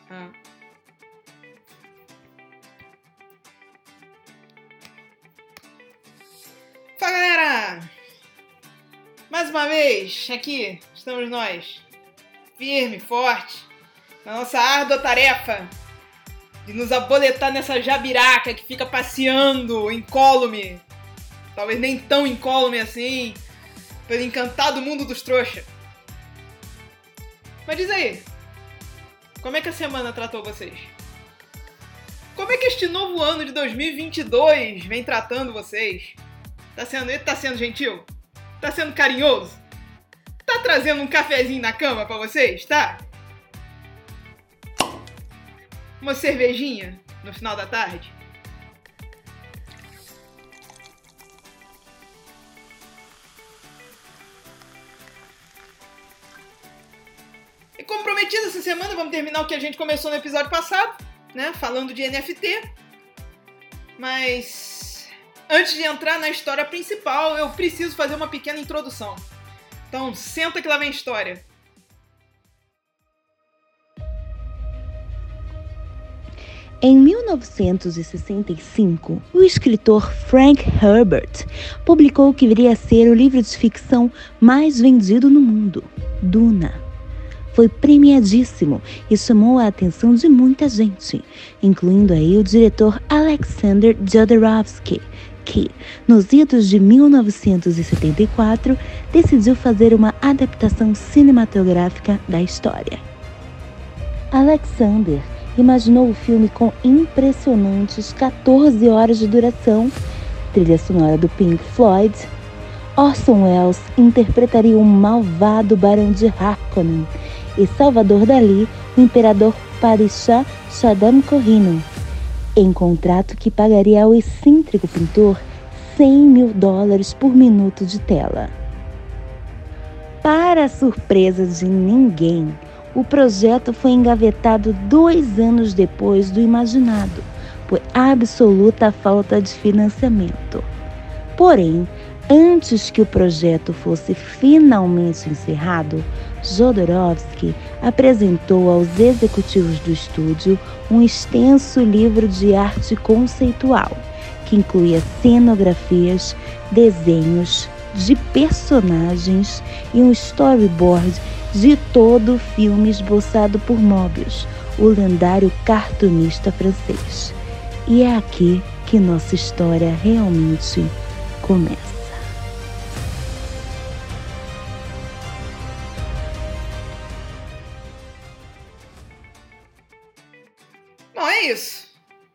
Ah. Fala, galera! Mais uma vez, aqui estamos nós, firme, forte, na nossa árdua tarefa de nos aboletar nessa jabiraca que fica passeando incólume, talvez nem tão incólume assim, pelo encantado mundo dos trouxas. Mas diz aí, como é que a semana tratou vocês? Como é que este novo ano de 2022 vem tratando vocês? Tá sendo gentil? Tá sendo carinhoso? Tá trazendo um cafezinho na cama pra vocês, tá? Uma cervejinha no final da tarde? E como prometido, essa semana vamos terminar o que a gente começou no episódio passado, né? Falando de NFT. Mas antes de entrar na história principal, eu preciso fazer uma pequena introdução. Então, senta que lá vem história. Em 1965, o escritor Frank Herbert publicou o que viria a ser o livro de ficção mais vendido no mundo, Duna. Foi premiadíssimo e chamou a atenção de muita gente, incluindo aí o diretor Alexander Jodorowsky, que, nos idos de 1974, decidiu fazer uma adaptação cinematográfica da história. Alexander imaginou o filme com impressionantes 14 horas de duração, trilha sonora do Pink Floyd. Orson Welles interpretaria o malvado Barão de Harkonnen e Salvador Dalí, o imperador Padishah Shaddam Kohinoor, em contrato que pagaria ao excêntrico pintor $100.000 por minuto de tela. Para a surpresa de ninguém, o projeto foi engavetado 2 anos depois do imaginado, por absoluta falta de financiamento. Porém, antes que o projeto fosse finalmente encerrado, Jodorowsky apresentou aos executivos do estúdio um extenso livro de arte conceitual, que incluía cenografias, desenhos de personagens e um storyboard de todo o filme esboçado por Moebius, o lendário cartunista francês. E é aqui que nossa história realmente começa. Bom, é isso.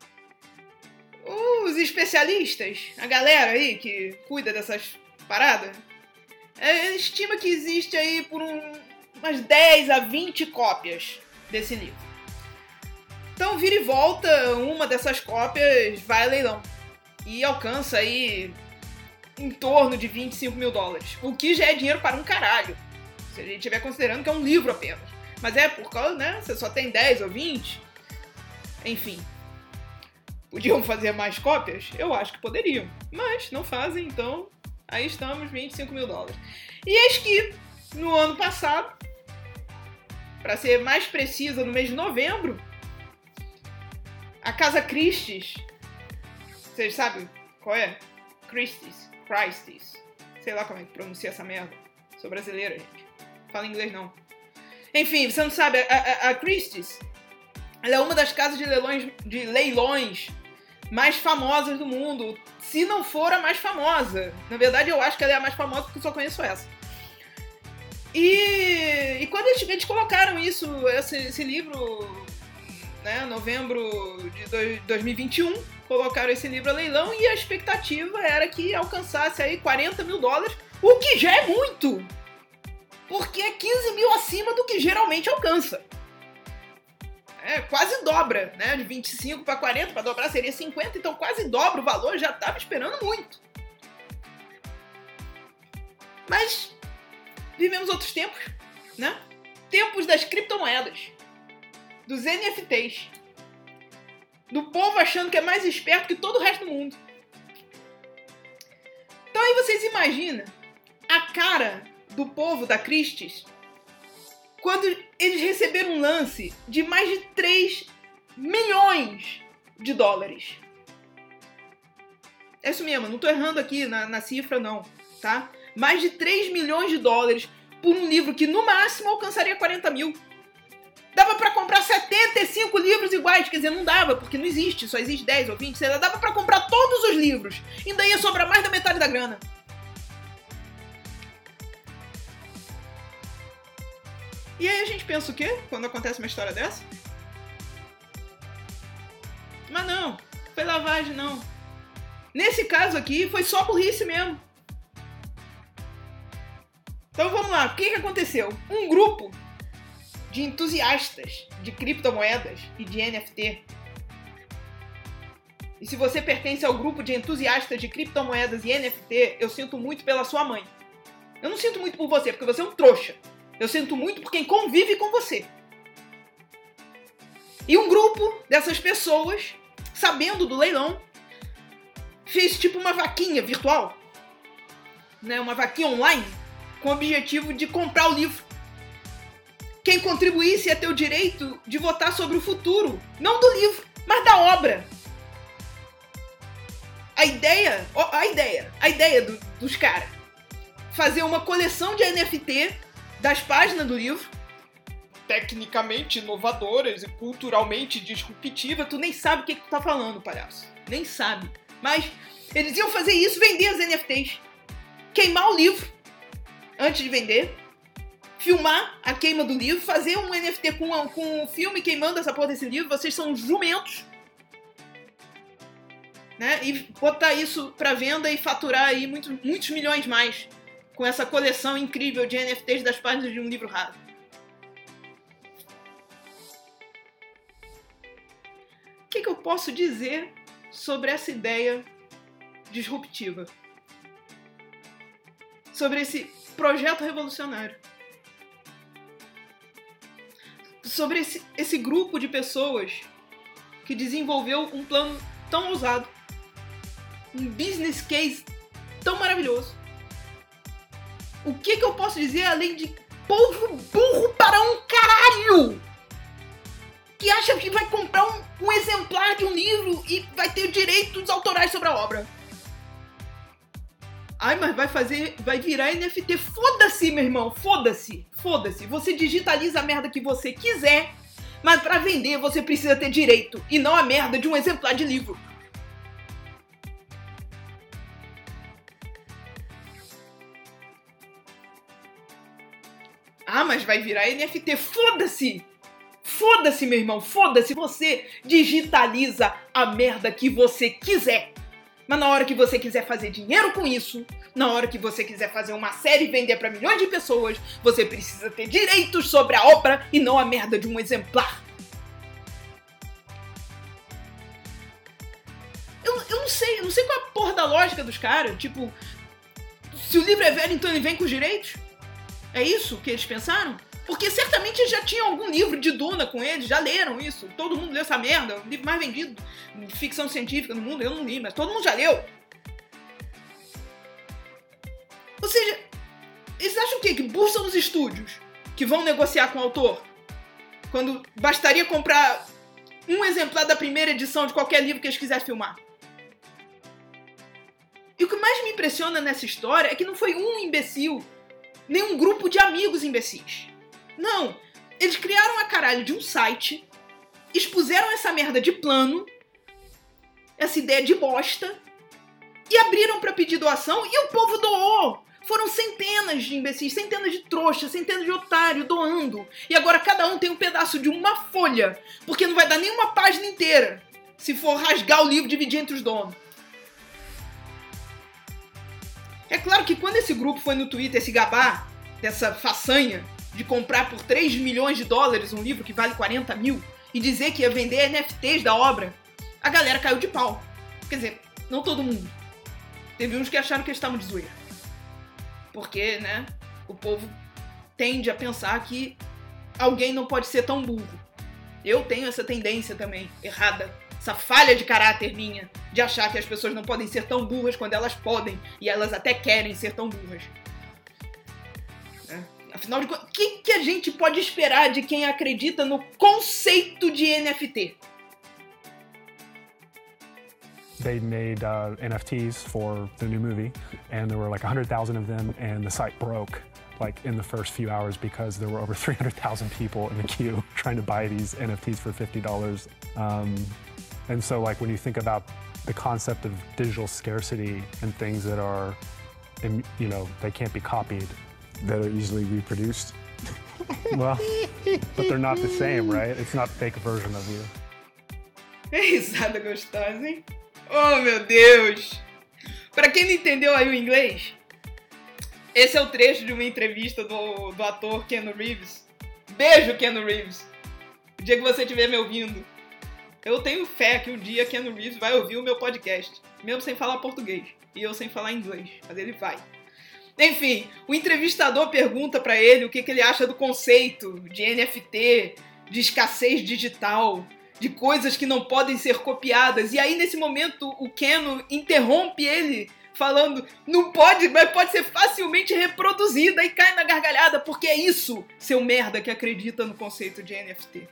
Os especialistas, a galera aí que cuida dessas paradas, estima que existe aí por umas 10 a 20 cópias desse livro. Então, vira e volta, uma dessas cópias vai a leilão e alcança aí em torno de $25.000, o que já é dinheiro para um caralho, se a gente estiver considerando que é um livro apenas. Mas é por causa, né, você só tem 10 ou 20, enfim. Podiam fazer mais cópias? Eu acho que poderiam, mas não fazem, então aí estamos, $25.000. E eis que, no ano passado, para ser mais precisa, no mês de novembro, a Casa Christie's, vocês sabem qual é? Christie's, sei lá como é que pronuncia essa merda. Sou brasileira, gente. Fala inglês não. Enfim, você não sabe, a Christie's, ela é uma das casas de leilões mais famosas do mundo, se não for a mais famosa. Na verdade, eu acho que ela é a mais famosa porque eu só conheço essa. E quando eles colocaram esse livro, né, novembro de 2021, colocaram esse livro a leilão e a expectativa era que alcançasse aí $40.000, o que já é muito, porque é 15 mil acima do que geralmente alcança. Quase dobra, né? De 25 para 40, para dobrar seria 50, então quase dobra o valor, já estava esperando muito. Mas vivemos outros tempos, né? Tempos das criptomoedas, dos NFTs, do povo achando que é mais esperto que todo o resto do mundo. Então aí vocês imaginam a cara do povo da Christie's quando eles receberam um lance de mais de 3 milhões de dólares. É isso mesmo, não tô errando aqui na cifra não, tá? Mais de 3 milhões de dólares por um livro que no máximo alcançaria 40 mil. Dava pra comprar 75 livros iguais, quer dizer, não dava, porque não existe, só existe 10 ou 20, sei lá, dava pra comprar todos os livros, ainda ia sobrar mais da metade da grana. E aí a gente pensa o quê quando acontece uma história dessa? Mas não, foi lavagem não. Nesse caso aqui, foi só burrice mesmo. Então vamos lá, o que aconteceu? Um grupo de entusiastas de criptomoedas e de NFT. E se você pertence ao grupo de entusiastas de criptomoedas e NFT, eu sinto muito pela sua mãe. Eu não sinto muito por você, porque você é um trouxa. Eu sinto muito por quem convive com você. E um grupo dessas pessoas, sabendo do leilão, fez tipo uma vaquinha virtual, né? Uma vaquinha online, com o objetivo de comprar o livro. Quem contribuísse ia ter o direito de votar sobre o futuro, não do livro, mas da obra. A ideia dos caras, fazer uma coleção de NFT das páginas do livro, tecnicamente inovadoras e culturalmente disruptivas. Tu nem sabe o que tu tá falando, palhaço. Nem sabe. Mas eles iam fazer isso, vender as NFTs. Queimar o livro antes de vender. Filmar a queima do livro. Fazer um NFT com um filme queimando essa porra desse livro. Vocês são jumentos. Né? E botar isso pra venda e faturar aí muitos milhões mais com essa coleção incrível de NFTs das páginas de um livro raro. O que eu posso dizer sobre essa ideia disruptiva? Sobre esse projeto revolucionário? Sobre esse grupo de pessoas que desenvolveu um plano tão ousado, um business case tão maravilhoso. O que eu posso dizer além de povo burro para um caralho? Que acha que vai comprar um exemplar de um livro e vai ter direitos autorais sobre a obra. Ai, mas vai virar NFT. Foda-se, meu irmão, foda-se. Você digitaliza a merda que você quiser, mas pra vender você precisa ter direito e não a merda de um exemplar de livro. Ah, mas vai virar NFT. Foda-se! Foda-se, meu irmão, foda-se. Você digitaliza a merda que você quiser. Mas na hora que você quiser fazer dinheiro com isso, na hora que você quiser fazer uma série e vender pra milhões de pessoas, você precisa ter direitos sobre a obra e não a merda de um exemplar. Eu não sei qual é a porra da lógica dos caras. Tipo, se o livro é velho, então ele vem com os direitos? É isso que eles pensaram? Porque certamente eles já tinham algum livro de Duna com eles, já leram isso. Todo mundo leu essa merda, o livro mais vendido de ficção científica no mundo. Eu não li, mas todo mundo já leu. Ou seja, eles acham o quê? Que burros são os estúdios que vão negociar com o autor? Quando bastaria comprar um exemplar da primeira edição de qualquer livro que eles quisessem filmar. E o que mais me impressiona nessa história é que não foi um imbecil, nem um grupo de amigos imbecis. Não, eles criaram a caralho de um site, expuseram essa merda de plano, essa ideia de bosta, e abriram pra pedir doação e o povo doou. Foram centenas de imbecis, centenas de trouxas, centenas de otários doando. E agora cada um tem um pedaço de uma folha, porque não vai dar nenhuma página inteira se for rasgar o livro e dividir entre os donos. É claro que quando esse grupo foi no Twitter se gabar dessa façanha de comprar por 3 milhões de dólares um livro que vale 40 mil e dizer que ia vender NFTs da obra, a galera caiu de pau. Quer dizer, não todo mundo. Teve uns que acharam que eles estavam de zoeira. Porque, né, o povo tende a pensar que alguém não pode ser tão burro. Eu tenho essa tendência também, errada. Essa falha de caráter minha, de achar que as pessoas não podem ser tão burras quando elas podem, e elas até querem ser tão burras. Afinal de contas, o que a gente pode esperar de quem acredita no conceito de NFT? They made NFTs for the new movie, and there were like 100,000 of them, and the site broke like in the first few hours because there were over 300,000 people in the queue trying to buy these NFTs for $50. And so like when you think about the concept of digital scarcity and things that are, you know, they can't be copied, that are easily reproduced. well, but they're not the same, right? It's not a fake version of you. Que risada gostosa, hein? Oh, meu Deus! Pra quem não entendeu aí o inglês, esse é o trecho de uma entrevista do ator Keanu Reeves. Beijo, Keanu Reeves! O dia que você estiver me ouvindo, eu tenho fé que um dia Keanu Reeves vai ouvir o meu podcast, mesmo sem falar português, e eu sem falar inglês, mas ele vai. Enfim, o entrevistador pergunta pra ele o que ele acha do conceito de NFT, de escassez digital, de coisas que não podem ser copiadas. E aí, nesse momento, o Keanu interrompe ele, falando, não pode, mas pode ser facilmente reproduzida, e cai na gargalhada, porque é isso, seu merda, que acredita no conceito de NFT.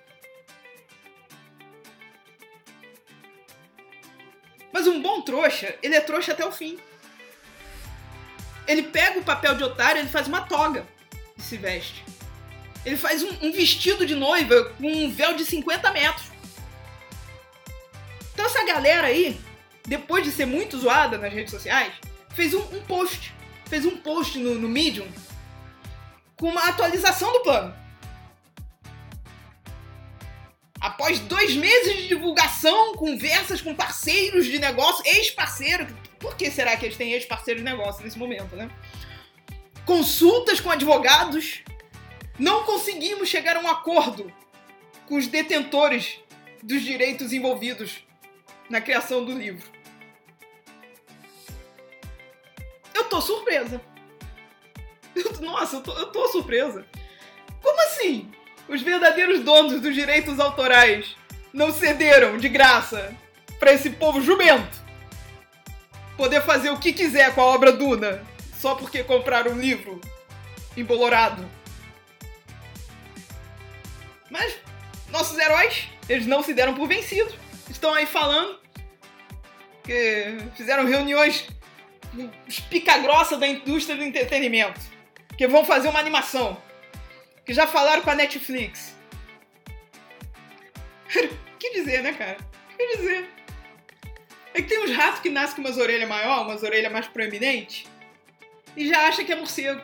Mas um bom trouxa, ele é trouxa até o fim. Ele pega o papel de otário, ele faz uma toga e se veste. Ele faz um vestido de noiva com um véu de 50 metros. Então essa galera aí, depois de ser muito zoada nas redes sociais, fez um post. Fez um post no Medium com uma atualização do plano. Após 2 meses de divulgação, conversas com parceiros de negócio, ex-parceiros. Por que será que eles têm ex-parceiros de negócio nesse momento, né? Consultas com advogados. Não conseguimos chegar a um acordo com os detentores dos direitos envolvidos na criação do livro. Eu tô surpresa. Eu tô surpresa. Como assim? Os verdadeiros donos dos direitos autorais não cederam de graça para esse povo jumento poder fazer o que quiser com a obra Duna só porque compraram um livro embolorado. Mas nossos heróis, eles não se deram por vencidos. Estão aí falando que fizeram reuniões os pica-grossa da indústria do entretenimento, que vão fazer uma animação, que já falaram com a Netflix. O que dizer, né, cara? O que dizer? É que tem uns ratos que nascem com umas orelhas maiores, umas orelhas mais proeminentes, e já acha que é morcego.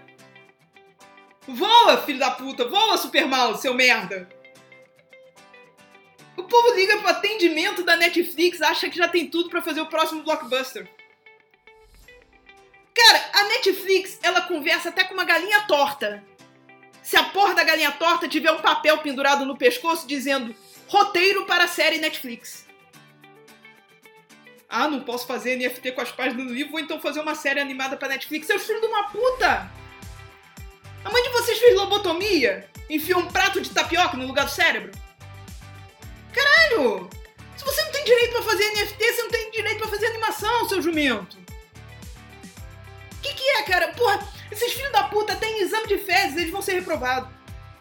Voa, filho da puta! Voa, Super Mouse, seu merda! O povo liga pro atendimento da Netflix, acha que já tem tudo pra fazer o próximo blockbuster. Cara, a Netflix, ela conversa até com uma galinha torta. Se a porra da galinha torta tiver um papel pendurado no pescoço dizendo roteiro para a série Netflix. Ah, não posso fazer NFT com as páginas do livro, vou então fazer uma série animada pra Netflix. Seus filhos de uma puta! A mãe de vocês fez lobotomia? Enfiou um prato de tapioca no lugar do cérebro? Caralho! Se você não tem direito pra fazer NFT, você não tem direito pra fazer animação, seu jumento! O que é, cara? Porra, esses filhos da puta têm exame de fezes, eles vão ser reprovados.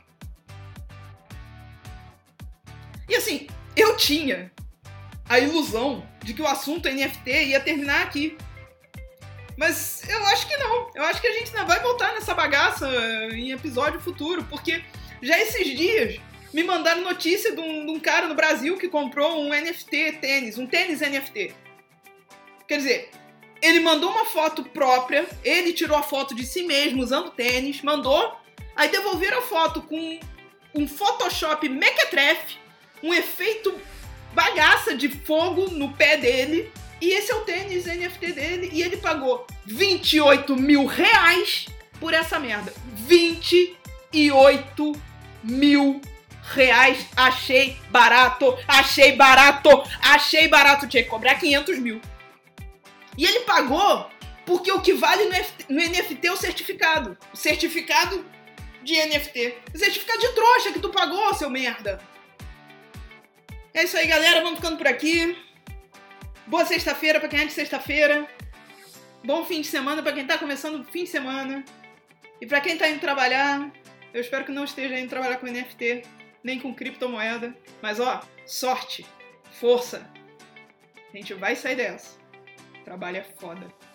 E assim, eu tinha a ilusão de que o assunto NFT ia terminar aqui. Mas eu acho que não. Eu acho que a gente ainda vai voltar nessa bagaça em episódio futuro, porque já esses dias me mandaram notícia de um cara no Brasil que comprou um NFT tênis, um tênis NFT. Quer dizer, ele mandou uma foto própria, ele tirou a foto de si mesmo usando tênis, mandou, aí devolveram a foto com um Photoshop mequetrefe, um efeito bagaça de fogo no pé dele, e esse é o tênis NFT dele, e ele pagou R$28 mil por essa merda. R$28 mil. Achei barato, tinha que cobrar 500 mil. E ele pagou porque o que vale no NFT é o certificado. O certificado de NFT. O certificado de trouxa que tu pagou, seu merda. É isso aí, galera. Vamos ficando por aqui. Boa sexta-feira pra quem é de sexta-feira. Bom fim de semana pra quem tá começando o fim de semana. E pra quem tá indo trabalhar, eu espero que não esteja indo trabalhar com NFT, nem com criptomoeda. Mas ó, sorte, força. A gente vai sair dessa. Trabalho é foda.